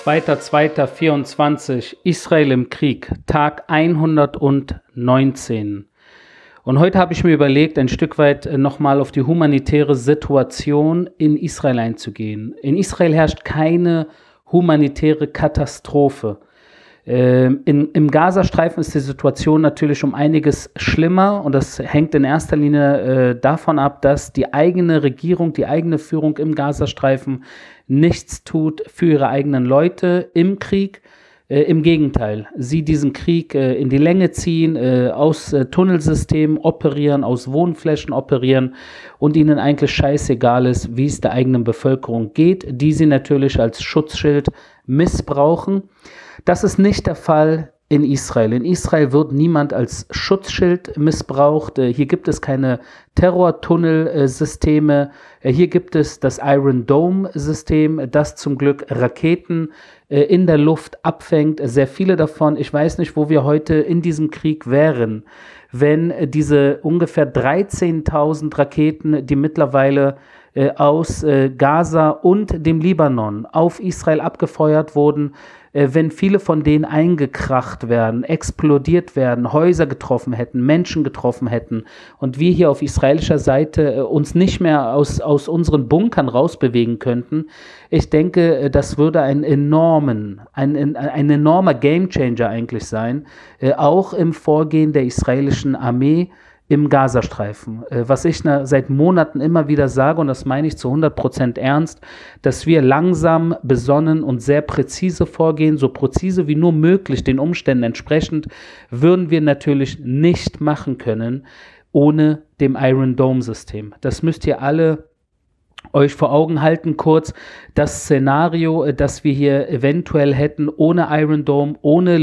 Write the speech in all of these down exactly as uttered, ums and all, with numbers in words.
zweiter zweiter vierundzwanzig, Israel im Krieg, Tag hundertneunzehn. Und heute habe ich mir überlegt, ein Stück weit nochmal auf die humanitäre Situation in Israel einzugehen. In Israel herrscht keine humanitäre Katastrophe. Ähm, in, Im Gazastreifen ist die Situation natürlich um einiges schlimmer, und das hängt in erster Linie äh, davon ab, dass die eigene Regierung, die eigene Führung im Gazastreifen nichts tut für ihre eigenen Leute im Krieg. Äh, Im Gegenteil, sie diesen Krieg äh, in die Länge ziehen, äh, aus äh, Tunnelsystemen operieren, aus Wohnflächen operieren und ihnen eigentlich scheißegal ist, wie es der eigenen Bevölkerung geht, die sie natürlich als Schutzschild missbrauchen. Das ist nicht der Fall in Israel. In Israel wird niemand als Schutzschild missbraucht. Hier gibt es keine Terrortunnelsysteme. Hier gibt es das Iron Dome-System, das zum Glück Raketen in der Luft abfängt. Sehr viele davon. Ich weiß nicht, wo wir heute in diesem Krieg wären, wenn diese ungefähr dreizehntausend Raketen, die mittlerweile aus Gaza und dem Libanon auf Israel abgefeuert wurden, wenn viele von denen eingekracht werden, explodiert werden, Häuser getroffen hätten, Menschen getroffen hätten und wir hier auf israelischer Seite uns nicht mehr aus, aus unseren Bunkern rausbewegen könnten. Ich denke, das würde ein enormen, ein, ein enormer Gamechanger eigentlich sein, auch im Vorgehen der israelischen Armee im Gazastreifen. Was ich seit Monaten immer wieder sage, und das meine ich zu hundert Prozent ernst, dass wir langsam, besonnen und sehr präzise vorgehen, so präzise wie nur möglich den Umständen entsprechend, würden wir natürlich nicht machen können ohne dem Iron Dome System. Das müsst ihr alle euch vor Augen halten. Kurz das Szenario, das wir hier eventuell hätten ohne Iron Dome, ohne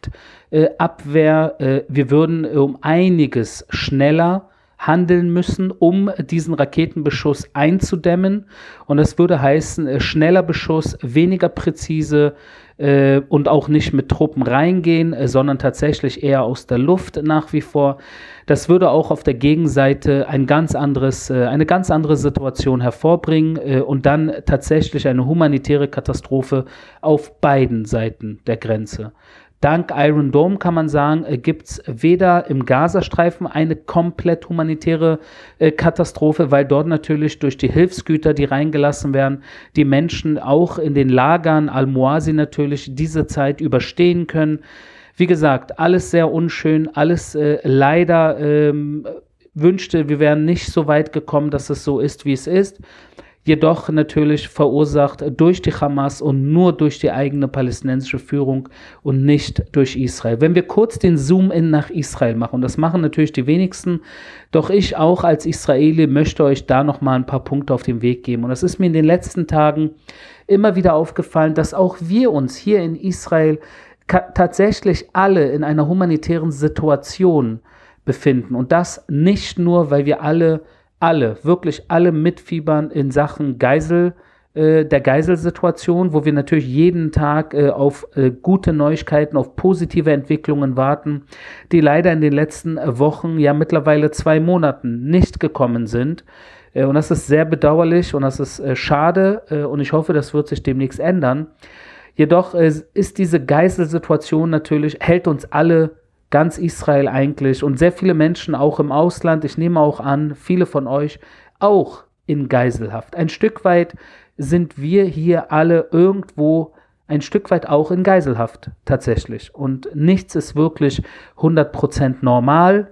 Luftabwehr. Äh, äh, wir würden um einiges schneller handeln müssen, um diesen Raketenbeschuss einzudämmen. Und das würde heißen, äh, schneller Beschuss, weniger präzise äh, und auch nicht mit Truppen reingehen, äh, sondern tatsächlich eher aus der Luft nach wie vor. Das würde auch auf der Gegenseite ein ganz anderes, äh, eine ganz andere Situation hervorbringen äh, und dann tatsächlich eine humanitäre Katastrophe auf beiden Seiten der Grenze. Dank Iron Dome, kann man sagen, äh, gibt es weder im Gazastreifen eine komplett humanitäre äh, Katastrophe, weil dort natürlich durch die Hilfsgüter, die reingelassen werden, die Menschen auch in den Lagern, Al-Muasi natürlich, diese Zeit überstehen können. Wie gesagt, alles sehr unschön, alles äh, leider ähm, wünschte, wir wären nicht so weit gekommen, dass es so ist, wie es ist. Jedoch natürlich verursacht durch die Hamas und nur durch die eigene palästinensische Führung und nicht durch Israel. Wenn wir kurz den Zoom-In nach Israel machen, und das machen natürlich die wenigsten, doch ich auch als Israeli möchte euch da nochmal ein paar Punkte auf den Weg geben. Und das ist mir in den letzten Tagen immer wieder aufgefallen, dass auch wir uns hier in Israel tatsächlich alle in einer humanitären Situation befinden. Und das nicht nur, weil wir alle, alle, wirklich alle mitfiebern in Sachen Geisel, äh, der Geiselsituation, wo wir natürlich jeden Tag äh, auf äh, gute Neuigkeiten, auf positive Entwicklungen warten, die leider in den letzten Wochen, ja mittlerweile zwei Monaten nicht gekommen sind. Äh, und das ist sehr bedauerlich und das ist äh, schade äh, und ich hoffe, das wird sich demnächst ändern. Jedoch äh, ist diese Geiselsituation natürlich, hält uns alle, ganz Israel eigentlich und sehr viele Menschen auch im Ausland, ich nehme auch an, viele von euch auch in Geiselhaft. Ein Stück weit sind wir hier alle irgendwo ein Stück weit auch in Geiselhaft tatsächlich. Und nichts ist wirklich hundert Prozent normal.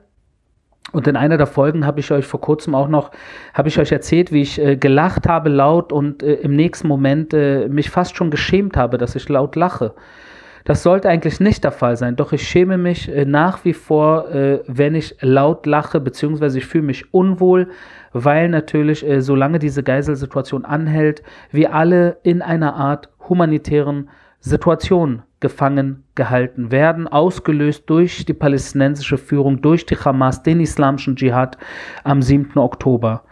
Und in einer der Folgen habe ich euch vor kurzem auch noch, habe ich euch erzählt, wie ich äh, gelacht habe laut und äh, im nächsten Moment äh, mich fast schon geschämt habe, dass ich laut lache. Das sollte eigentlich nicht der Fall sein, doch ich schäme mich äh, nach wie vor, äh, wenn ich laut lache, beziehungsweise ich fühle mich unwohl, weil natürlich, äh, solange diese Geiselsituation anhält, wir alle in einer Art humanitären Situation gefangen gehalten werden, ausgelöst durch die palästinensische Führung, durch die Hamas, den islamischen Dschihad am siebten Oktober.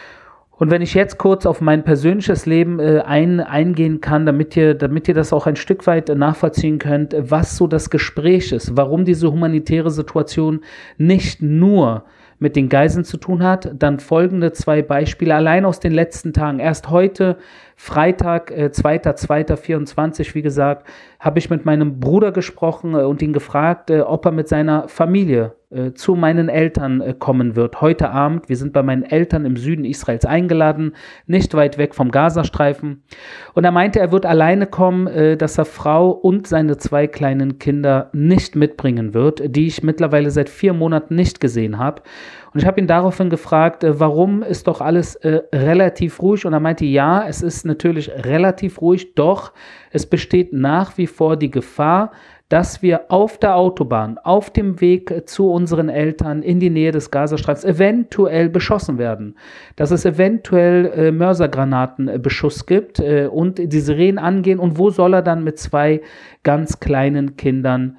Und wenn ich jetzt kurz auf mein persönliches Leben äh, ein, eingehen kann, damit ihr, damit ihr das auch ein Stück weit äh, nachvollziehen könnt, was so das Gespräch ist, warum diese humanitäre Situation nicht nur mit den Geiseln zu tun hat. Dann folgende zwei Beispiele, allein aus den letzten Tagen. Erst heute, Freitag, äh, zweiter zweiter vierundzwanzig, wie gesagt, habe ich mit meinem Bruder gesprochen äh, und ihn gefragt, äh, ob er mit seiner Familie äh, zu meinen Eltern äh, kommen wird. Heute Abend, wir sind bei meinen Eltern im Süden Israels eingeladen, nicht weit weg vom Gazastreifen. Und er meinte, er wird alleine kommen, äh, dass er Frau und seine zwei kleinen Kinder nicht mitbringen wird, die ich mittlerweile seit vier Monaten nicht gesehen habe. Und ich habe ihn daraufhin gefragt, äh, warum ist doch alles äh, relativ ruhig? Und er meinte, ja, es ist natürlich relativ ruhig, doch es besteht nach wie vor die Gefahr, dass wir auf der Autobahn, auf dem Weg äh, zu unseren Eltern in die Nähe des Gazastreifens eventuell beschossen werden. Dass es eventuell äh, Mörsergranatenbeschuss gibt äh, und die Sirenen angehen. Und wo soll er dann mit zwei ganz kleinen Kindern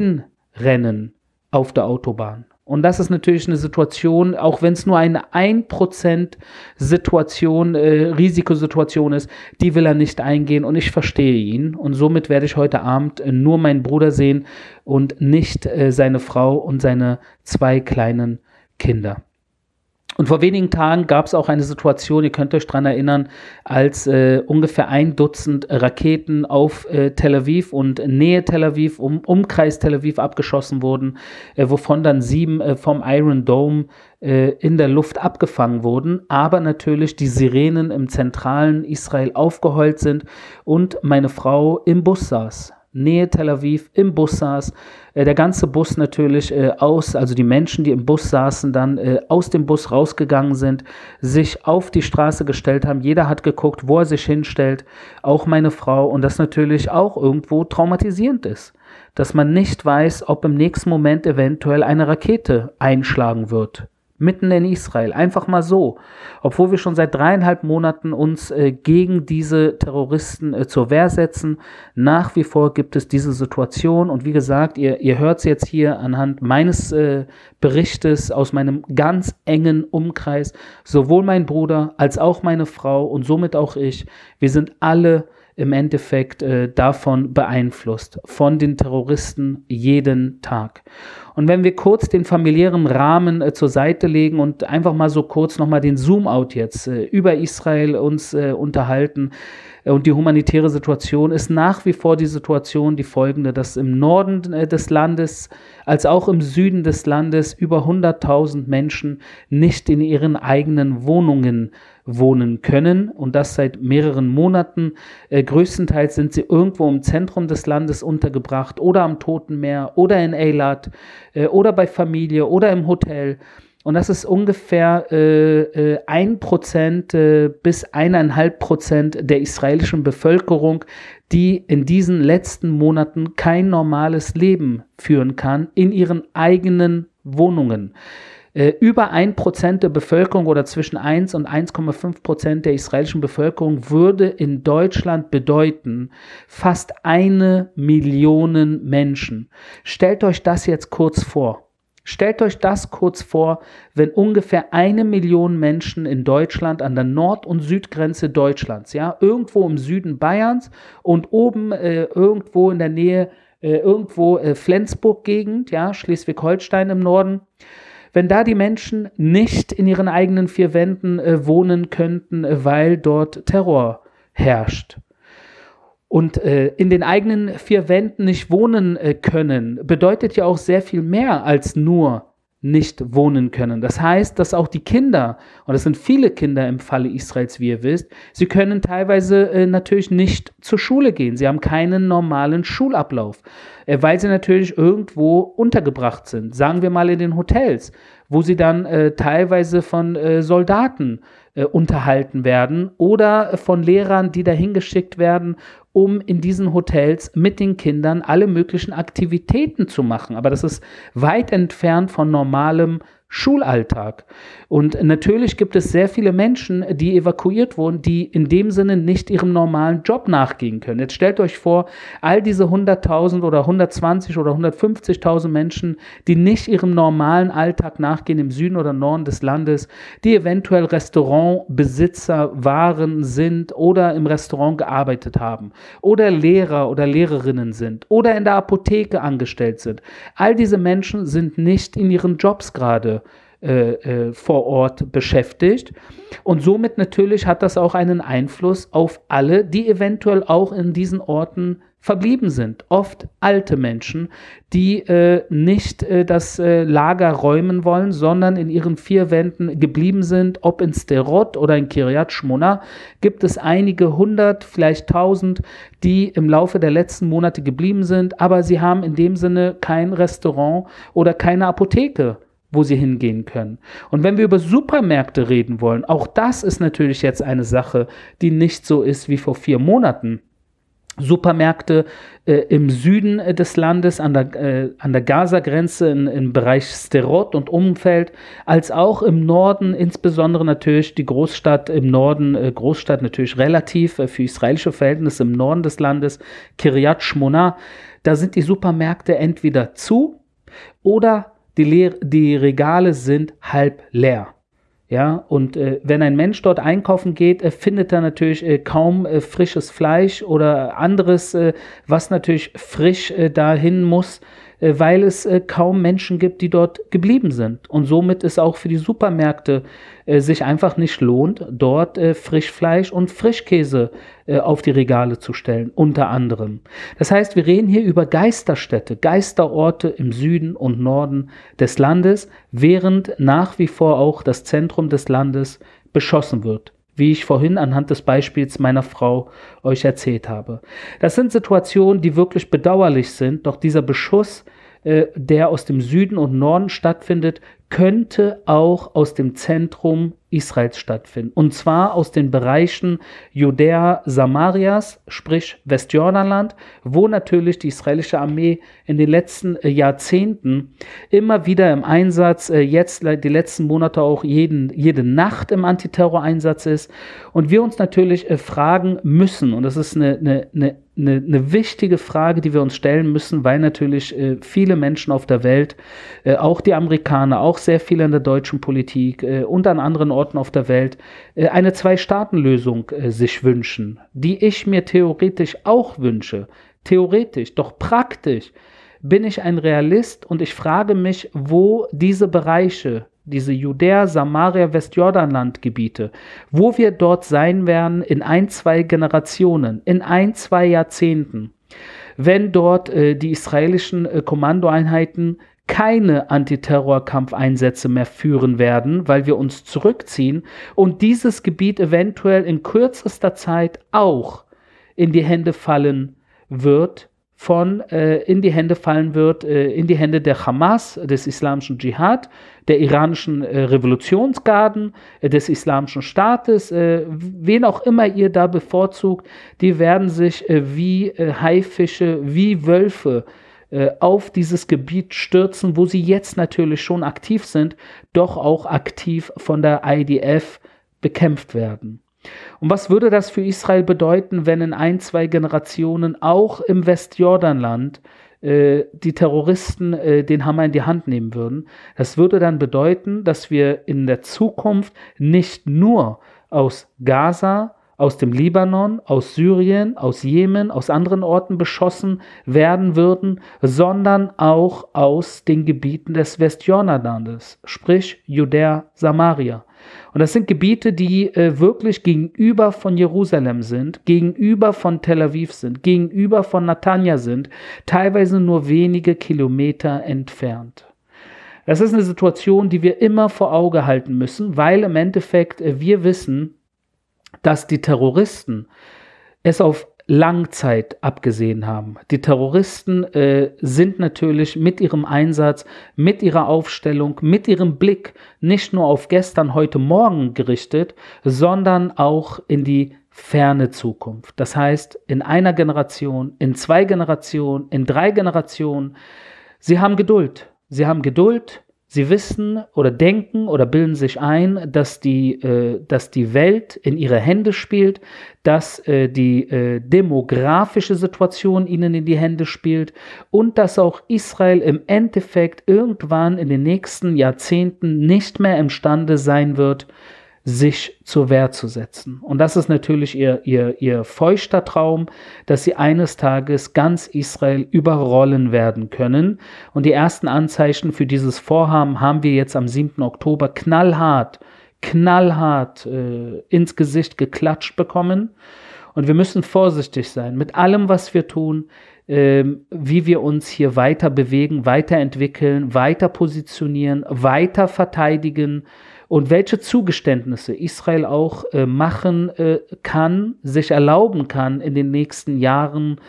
hinrennen auf der Autobahn? Und das ist natürlich eine Situation, auch wenn es nur eine ein Prozent Situation, äh, Risikosituation ist, die will er nicht eingehen und ich verstehe ihn. Und somit werde ich heute Abend äh, nur meinen Bruder sehen und nicht äh, seine Frau und seine zwei kleinen Kinder. Und vor wenigen Tagen gab es auch eine Situation, ihr könnt euch daran erinnern, als äh, ungefähr ein Dutzend Raketen auf äh, Tel Aviv und Nähe Tel Aviv, um, Umkreis Tel Aviv abgeschossen wurden, äh, wovon dann sieben äh, vom Iron Dome äh, in der Luft abgefangen wurden, aber natürlich die Sirenen im zentralen Israel aufgeheult sind und meine Frau im Bus saß. Nähe Tel Aviv, im Bus saß, äh, der ganze Bus natürlich äh, aus, also die Menschen, die im Bus saßen, dann äh, aus dem Bus rausgegangen sind, sich auf die Straße gestellt haben. Jeder hat geguckt, wo er sich hinstellt, auch meine Frau, und das natürlich auch irgendwo traumatisierend ist, dass man nicht weiß, ob im nächsten Moment eventuell eine Rakete einschlagen wird. Mitten in Israel, einfach mal so, obwohl wir schon seit dreieinhalb Monaten uns äh, gegen diese Terroristen äh, zur Wehr setzen. Nach wie vor gibt es diese Situation und wie gesagt, ihr, ihr hört es jetzt hier anhand meines äh, Berichtes aus meinem ganz engen Umkreis, sowohl mein Bruder als auch meine Frau und somit auch ich, wir sind alle im Endeffekt äh, davon beeinflusst, von den Terroristen jeden Tag. Und wenn wir kurz den familiären Rahmen äh, zur Seite legen und einfach mal so kurz nochmal den Zoom-out jetzt äh, über Israel uns äh, unterhalten äh, und die humanitäre Situation, ist nach wie vor die Situation die folgende, dass im Norden äh, des Landes als auch im Süden des Landes über hunderttausend Menschen nicht in ihren eigenen Wohnungen wohnen können und das seit mehreren Monaten. Äh, größtenteils sind sie irgendwo im Zentrum des Landes untergebracht oder am Toten Meer oder in Eilat äh, oder bei Familie oder im Hotel. Und das ist ungefähr äh, äh, ein Prozent äh, bis eineinhalb Prozent der israelischen Bevölkerung, die in diesen letzten Monaten kein normales Leben führen kann in ihren eigenen Wohnungen. Äh, über ein Prozent der Bevölkerung oder zwischen eins und eins Komma fünf Prozent der israelischen Bevölkerung würde in Deutschland bedeuten, fast eine Million Menschen. Stellt euch das jetzt kurz vor. Stellt euch das kurz vor, wenn ungefähr eine Million Menschen in Deutschland an der Nord- und Südgrenze Deutschlands, ja, irgendwo im Süden Bayerns und oben äh, irgendwo in der Nähe, äh, irgendwo äh, Flensburg-Gegend, ja, Schleswig-Holstein im Norden, wenn da die Menschen nicht in ihren eigenen vier Wänden äh, wohnen könnten, äh, weil dort Terror herrscht. Und äh, in den eigenen vier Wänden nicht wohnen äh, können, bedeutet ja auch sehr viel mehr als nur nicht wohnen können. Das heißt, dass auch die Kinder, und das sind viele Kinder im Falle Israels, wie ihr wisst, sie können teilweise äh, natürlich nicht zur Schule gehen. Sie haben keinen normalen Schulablauf, äh, weil sie natürlich irgendwo untergebracht sind. Sagen wir mal in den Hotels, wo sie dann äh, teilweise von äh, Soldaten äh, unterhalten werden oder von Lehrern, die dahin geschickt werden, um in diesen Hotels mit den Kindern alle möglichen Aktivitäten zu machen. Aber das ist weit entfernt von normalem Schulalltag. Und natürlich gibt es sehr viele Menschen, die evakuiert wurden, die in dem Sinne nicht ihrem normalen Job nachgehen können. Jetzt stellt euch vor, all diese hunderttausend oder hundertzwanzig oder hundertfünfzigtausend Menschen, die nicht ihrem normalen Alltag nachgehen im Süden oder Norden des Landes, die eventuell Restaurantbesitzer waren, sind oder im Restaurant gearbeitet haben oder Lehrer oder Lehrerinnen sind oder in der Apotheke angestellt sind. All diese Menschen sind nicht in ihren Jobs gerade äh, äh, vor Ort beschäftigt. Und somit natürlich hat das auch einen Einfluss auf alle, die eventuell auch in diesen Orten verblieben sind. Oft alte Menschen, die äh, nicht äh, das äh, Lager räumen wollen, sondern in ihren vier Wänden geblieben sind. Ob in Sderot oder in Kiryat Shmona gibt es einige hundert, vielleicht tausend, die im Laufe der letzten Monate geblieben sind, aber sie haben in dem Sinne kein Restaurant oder keine Apotheke, wo sie hingehen können. Und wenn wir über Supermärkte reden wollen, auch das ist natürlich jetzt eine Sache, die nicht so ist wie vor vier Monaten. Supermärkte äh, im Süden äh, des Landes, an der, äh, an der Gaza-Grenze, in, im Bereich Sderot und Umfeld, als auch im Norden, insbesondere natürlich die Großstadt im Norden, äh, Großstadt natürlich relativ äh, für israelische Verhältnisse im Norden des Landes, Kiryat Shmona, da sind die Supermärkte entweder zu oder die, Leer, die Regale sind halb leer. Ja, und äh, wenn ein Mensch dort einkaufen geht, äh, findet er natürlich äh, kaum äh, frisches Fleisch oder anderes, äh, was natürlich frisch äh, dahin muss, äh, weil es äh, kaum Menschen gibt, die dort geblieben sind. Und somit ist auch für die Supermärkte äh, sich einfach nicht lohnt, dort äh, Frischfleisch und Frischkäse äh, auf die Regale zu stellen, unter anderem. Das heißt, wir reden hier über Geisterstädte, Geisterorte im Süden und Norden des Landes, während nach wie vor auch das Zentrum des Landes beschossen wird, wie ich vorhin anhand des Beispiels meiner Frau euch erzählt habe. Das sind Situationen, die wirklich bedauerlich sind, doch dieser Beschuss, äh, der aus dem Süden und Norden stattfindet, könnte auch aus dem Zentrum Israels stattfinden. Und zwar aus den Bereichen Judäa Samarias, sprich Westjordanland, wo natürlich die israelische Armee in den letzten äh, Jahrzehnten immer wieder im Einsatz, äh, jetzt die letzten Monate auch jeden, jede Nacht im Antiterror-Einsatz ist. Und wir uns natürlich äh, fragen müssen, und das ist eine, eine, eine Eine, eine wichtige Frage, die wir uns stellen müssen, weil natürlich äh, viele Menschen auf der Welt, äh, auch die Amerikaner, auch sehr viele in der deutschen Politik äh, und an anderen Orten auf der Welt, äh, eine Zwei-Staaten-Lösung äh, sich wünschen, die ich mir theoretisch auch wünsche. Theoretisch, doch praktisch bin ich ein Realist und ich frage mich, wo diese Bereiche, diese Judäa, Samaria, Westjordanland-Gebiete, wo wir dort sein werden in ein, zwei Generationen, in ein, zwei Jahrzehnten, wenn dort äh, die israelischen äh, Kommandoeinheiten keine Antiterrorkampfeinsätze mehr führen werden, weil wir uns zurückziehen und dieses Gebiet eventuell in kürzester Zeit auch in die Hände fallen wird, von äh, in die Hände fallen wird, äh, in die Hände der Hamas, des islamischen Dschihad, der iranischen äh, Revolutionsgarden, äh, des islamischen Staates, äh, wen auch immer ihr da bevorzugt, die werden sich äh, wie äh, Haifische, wie Wölfe äh, auf dieses Gebiet stürzen, wo sie jetzt natürlich schon aktiv sind, doch auch aktiv von der I D F bekämpft werden. Und was würde das für Israel bedeuten, wenn in ein, zwei Generationen auch im Westjordanland äh, die Terroristen äh, den Hammer in die Hand nehmen würden? Das würde dann bedeuten, dass wir in der Zukunft nicht nur aus Gaza, aus dem Libanon, aus Syrien, aus Jemen, aus anderen Orten beschossen werden würden, sondern auch aus den Gebieten des Westjordanlandes, sprich Judäa, Samaria. Und das sind Gebiete, die äh, wirklich gegenüber von Jerusalem sind, gegenüber von Tel Aviv sind, gegenüber von Netanja sind, teilweise nur wenige Kilometer entfernt. Das ist eine Situation, die wir immer vor Auge halten müssen, weil im Endeffekt äh, wir wissen, dass die Terroristen es auf Langzeit abgesehen haben. Die Terroristen äh, sind natürlich mit ihrem Einsatz, mit ihrer Aufstellung, mit ihrem Blick nicht nur auf gestern, heute, morgen gerichtet, sondern auch in die ferne Zukunft. Das heißt, in einer Generation, in zwei Generationen, in drei Generationen. Sie haben Geduld. Sie haben Geduld. Sie wissen oder denken oder bilden sich ein, dass die, äh, dass die Welt in ihre Hände spielt, dass äh, die äh, demografische Situation ihnen in die Hände spielt und dass auch Israel im Endeffekt irgendwann in den nächsten Jahrzehnten nicht mehr imstande sein wird, sich zur Wehr zu setzen. Und das ist natürlich ihr, ihr, ihr feuchter Traum, dass sie eines Tages ganz Israel überrollen werden können. Und die ersten Anzeichen für dieses Vorhaben haben wir jetzt am siebten Oktober knallhart, knallhart äh, ins Gesicht geklatscht bekommen. Und wir müssen vorsichtig sein mit allem, was wir tun, äh, wie wir uns hier weiter bewegen, weiterentwickeln, weiter positionieren, weiter verteidigen und welche Zugeständnisse Israel auch äh, machen äh, kann, sich erlauben kann in den nächsten Jahren,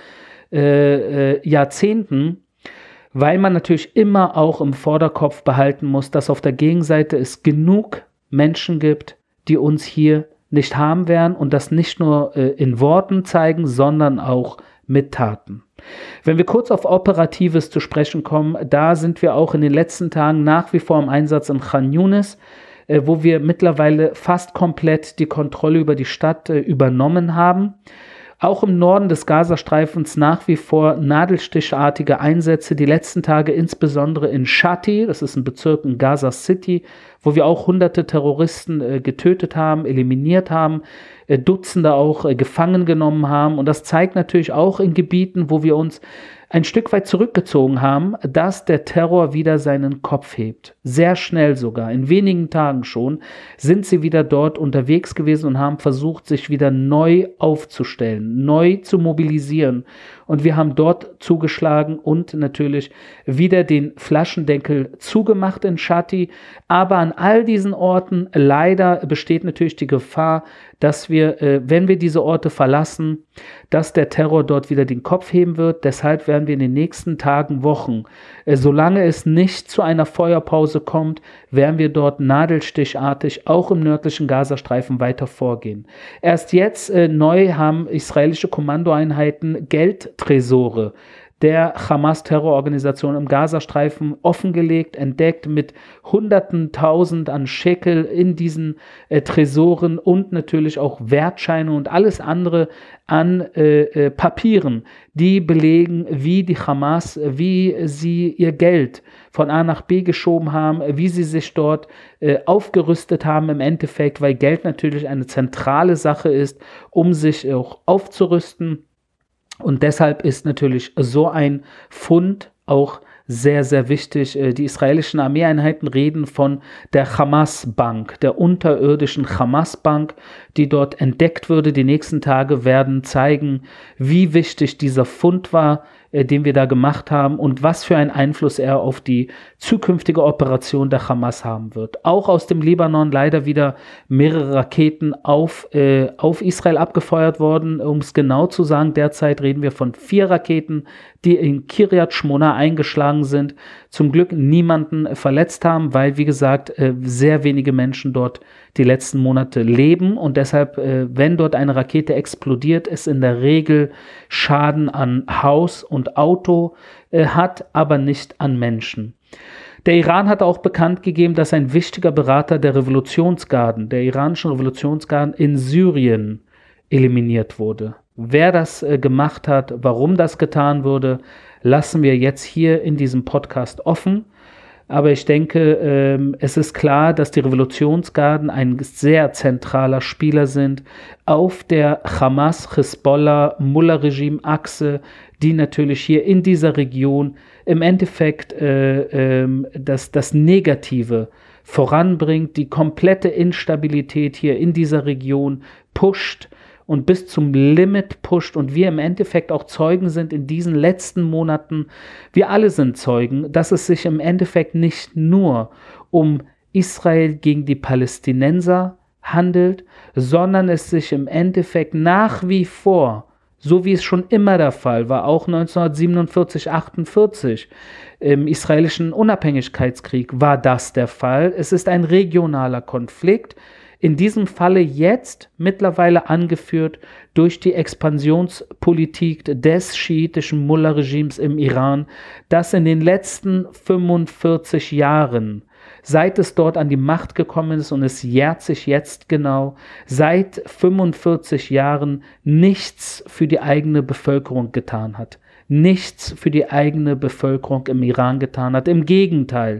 äh, äh, Jahrzehnten, weil man natürlich immer auch im Vorderkopf behalten muss, dass auf der Gegenseite es genug Menschen gibt, die uns hier nicht haben werden und das nicht nur äh, in Worten zeigen, sondern auch mit Taten. Wenn wir kurz auf Operatives zu sprechen kommen, da sind wir auch in den letzten Tagen nach wie vor im Einsatz in Khan Yunis, äh, wo wir mittlerweile fast komplett die Kontrolle über die Stadt äh, übernommen haben. Auch im Norden des Gazastreifens nach wie vor nadelstichartige Einsätze, die letzten Tage insbesondere in Shati, das ist ein Bezirk in Gaza City, wo wir auch hunderte Terroristen äh, getötet haben, eliminiert haben, äh, Dutzende auch äh, gefangen genommen haben. Und das zeigt natürlich auch in Gebieten, wo wir uns ein Stück weit zurückgezogen haben, dass der Terror wieder seinen Kopf hebt. Sehr schnell sogar, in wenigen Tagen schon, sind sie wieder dort unterwegs gewesen und haben versucht, sich wieder neu aufzustellen, neu zu mobilisieren. Und wir haben dort zugeschlagen und natürlich wieder den Flaschendeckel zugemacht in Shati. Aber an all diesen Orten leider besteht natürlich die Gefahr, dass wir, äh, wenn wir diese Orte verlassen, dass der Terror dort wieder den Kopf heben wird. Deshalb werden wir in den nächsten Tagen, Wochen, äh, solange es nicht zu einer Feuerpause kommt, werden wir dort nadelstichartig auch im nördlichen Gazastreifen weiter vorgehen. Erst jetzt äh, neu haben israelische Kommandoeinheiten Geldtresore der Hamas-Terrororganisation im Gazastreifen offengelegt, entdeckt mit Hunderten Tausend an Shekel in diesen äh, Tresoren und natürlich auch Wertscheine und alles andere an äh, äh, Papieren, die belegen, wie die Hamas, wie sie ihr Geld von A nach B geschoben haben, wie sie sich dort äh, aufgerüstet haben im Endeffekt, weil Geld natürlich eine zentrale Sache ist, um sich auch aufzurüsten. Und deshalb ist natürlich so ein Fund auch sehr, sehr wichtig. Die israelischen Armeeeinheiten reden von der Hamas-Bank, der unterirdischen Hamas-Bank, die dort entdeckt würde. Die nächsten Tage werden zeigen, wie wichtig dieser Fund war, den wir da gemacht haben und was für einen Einfluss er auf die zukünftige Operation der Hamas haben wird. Auch aus dem Libanon leider wieder mehrere Raketen auf, äh, auf Israel abgefeuert worden. Um es genau zu sagen, derzeit reden wir von vier Raketen, die in Kiryat Shmona eingeschlagen sind. Zum Glück niemanden verletzt haben, weil, wie gesagt, äh, sehr wenige Menschen dort die letzten Monate leben und deshalb, äh, wenn dort eine Rakete explodiert, es in der Regel Schaden an Haus und Auto äh, hat, aber nicht an Menschen. Der Iran hat auch bekannt gegeben, dass ein wichtiger Berater der Revolutionsgarden, der iranischen Revolutionsgarden in Syrien eliminiert wurde. Wer das äh, gemacht hat, warum das getan wurde, lassen wir jetzt hier in diesem Podcast offen. Aber ich denke, ähm, es ist klar, dass die Revolutionsgarden ein sehr zentraler Spieler sind auf der Hamas-Hezbollah-Mullah-Regime-Achse, die natürlich hier in dieser Region im Endeffekt äh, äh, das, das Negative voranbringt, die komplette Instabilität hier in dieser Region pusht und bis zum Limit pusht und wir im Endeffekt auch Zeugen sind in diesen letzten Monaten, wir alle sind Zeugen, dass es sich im Endeffekt nicht nur um Israel gegen die Palästinenser handelt, sondern es sich im Endeffekt nach wie vor, so wie es schon immer der Fall war, auch neunzehnhundertsiebenundvierzig, achtundvierzig, im israelischen Unabhängigkeitskrieg war das der Fall. Es ist ein regionaler Konflikt, in diesem Falle jetzt mittlerweile angeführt durch die Expansionspolitik des schiitischen Mullah-Regimes im Iran, das in den letzten fünfundvierzig Jahren, seit es dort an die Macht gekommen ist, und es jährt sich jetzt genau, seit fünfundvierzig Jahren nichts für die eigene Bevölkerung getan hat. Nichts für die eigene Bevölkerung im Iran getan hat. Im Gegenteil,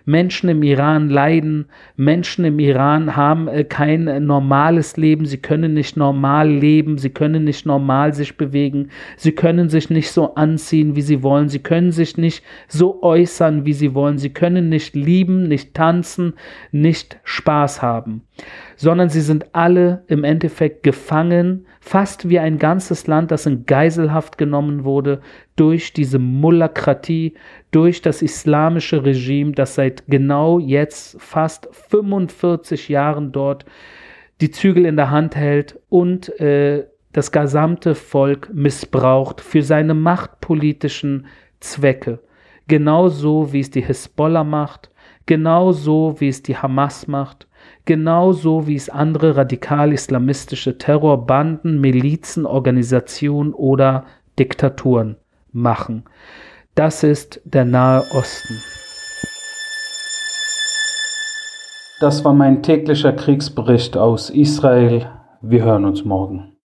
Menschen im Iran leiden, Menschen im Iran haben äh, kein äh, normales Leben, sie können nicht normal leben, sie können nicht normal sich bewegen, sie können sich nicht so anziehen, wie sie wollen, sie können sich nicht so äußern, wie sie wollen, sie können nicht lieben, nicht tanzen, nicht Spaß haben, sondern sie sind alle im Endeffekt gefangen, fast wie ein ganzes Land, das in Geiselhaft genommen wurde durch diese Mullakratie, durch das islamische Regime, das seit genau jetzt fast fünfundvierzig Jahren dort die Zügel in der Hand hält und äh, das gesamte Volk missbraucht für seine machtpolitischen Zwecke. Genauso wie es die Hisbollah macht, genauso wie es die Hamas macht, genauso wie es andere radikal-islamistische Terrorbanden, Milizen, Organisationen oder Diktaturen machen. Das ist der Nahe Osten. Das war mein täglicher Kriegsbericht aus Israel. Wir hören uns morgen.